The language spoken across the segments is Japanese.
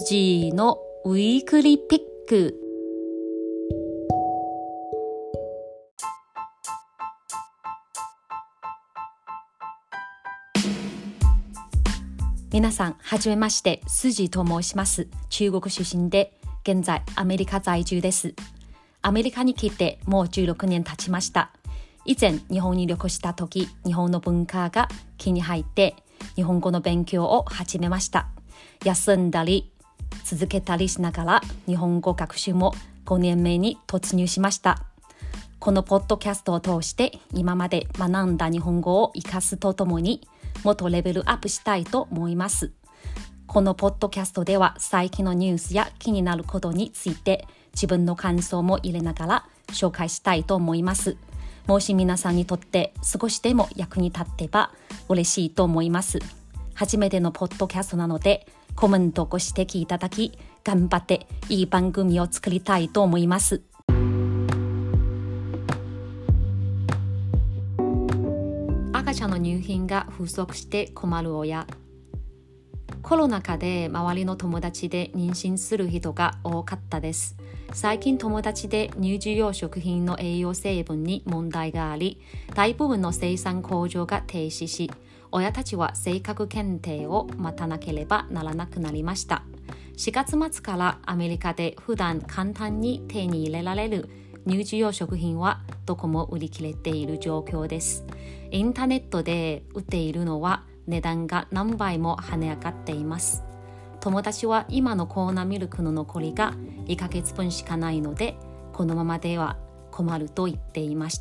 筋のウィークリーピック。皆さん、はじめまして、筋と申します。中国出身で、現在アメリカ在住です。アメリカに来てもう16年経ちました。以前、日本に旅行した時、日本の文化が気に入って、日本語の勉強を始めました。休んだり、続けたりしながら、日本語学習も5年目に突入しました。このポッドキャストを通して、今まで学んだ日本語を活かすとともに、もっとレベルアップしたいと思います。このポッドキャストでは最近のニュースや気になることについて自分の感想も入れながら紹介したいと思います。もし皆さんにとって少しでも役に立てば嬉しいと思います。初めてのポッドキャストなのでコメントご指摘いただき頑張っていい番組を作りたいと思います。赤ちゃんの乳品が不足して困る親。コロナ禍で周りの友達で妊娠する人が多かったです。最近友達で乳児用食品の栄養成分に問題があり、大部分の生産工場が停止し、親たちは性格検定を待たなければならなくなりました。4月末からアメリカで普段簡単に手に入れられる乳児用食品はどこも売り切れている状況です。インターネットで売っているのは値段が何倍も跳ね上がっています。友達は今のコーナーミルクの残りが1ヶ月分しかないので、このままでは困ると言っていました。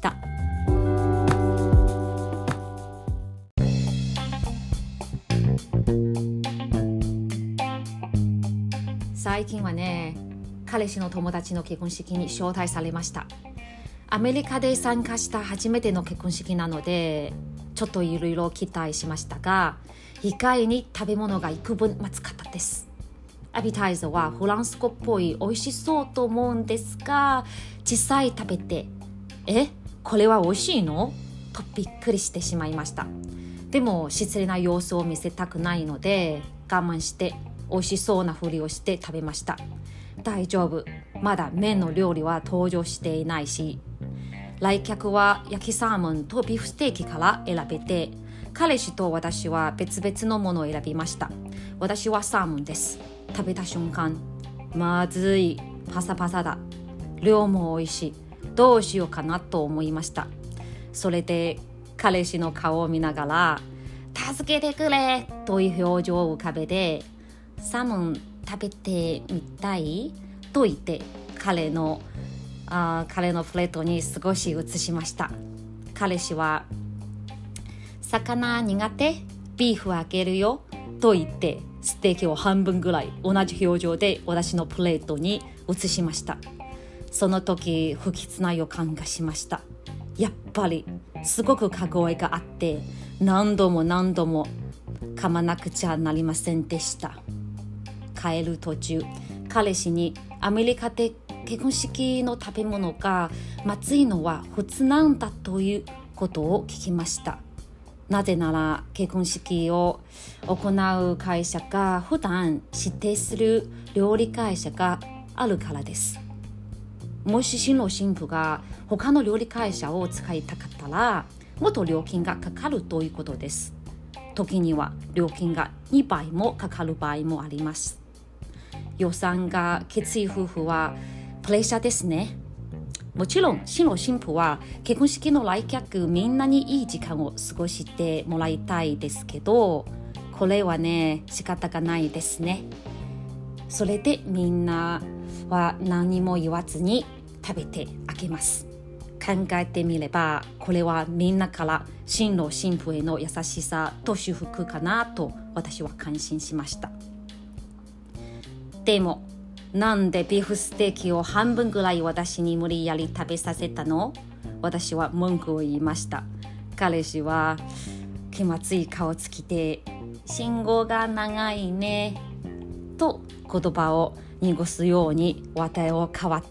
最近はね、彼氏の友達の結婚式に招待されました。アメリカで参加した初めての結婚式なので、ちょっといろいろ期待しましたが、意外に食べ物が幾分まずかったです。アピタイザーはフランス語っぽい美味しそうと思うんですが、実際食べて、これは美味しいの？とびっくりしてしまいました。でも失礼な様子を見せたくないので、我慢して美味しそうなふりをして食べました。大丈夫。まだ麺の料理は登場していないし、来客は焼きサーモンとビーフステーキから選べて、彼氏と私は別々のものを選びました。私はサーモンです。食べた瞬間、まずい、パサパサだ。量も美味しい。どうしようかなと思いました。それで彼氏の顔を見ながら、助けてくれという表情を浮かべて、サーモン食べてみたいと言って彼のプレートに少し移しました。彼氏は魚苦手？ビーフあげるよと言ってステーキを半分ぐらい同じ表情で私のプレートに移しました。その時不吉な予感がしました。やっぱりすごくかごえがあって何度も噛まなくちゃなりませんでした。帰る途中、彼氏にアメリカで結婚式の食べ物がまずいのは普通なんだということを聞きました。なぜなら結婚式を行う会社が普段指定する料理会社があるからです。もし新郎新婦が他の料理会社を使いたかったらもっと料金がかかるということです。時には料金が2倍もかかる場合もあります。予算がきつい夫婦はプレッシャーですね。もちろん新郎新婦は結婚式の来客みんなにいい時間を過ごしてもらいたいですけど、これはね仕方がないですね。それでみんなは何も言わずに食べてあげます。考えてみればこれはみんなから新郎新婦への優しさと祝福かなと私は感心しました。でもなんでビーフステーキを半分ぐらい私に無理やり食べさせたの？私は文句を言いました。彼氏は気まずい顔つきで、信号が長いねと言葉を濁すように話題を変わった。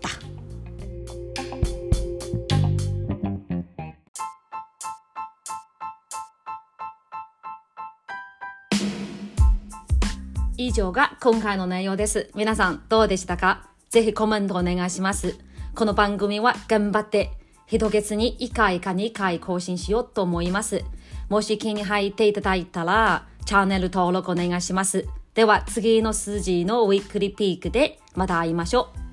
以上が今回の内容です。皆さんどうでしたか？ぜひコメントお願いします。この番組は頑張って1月に1回か2回更新しようと思います。もし気に入っていただいたらチャンネル登録お願いします。では次の数字のウィークリーピークでまた会いましょう。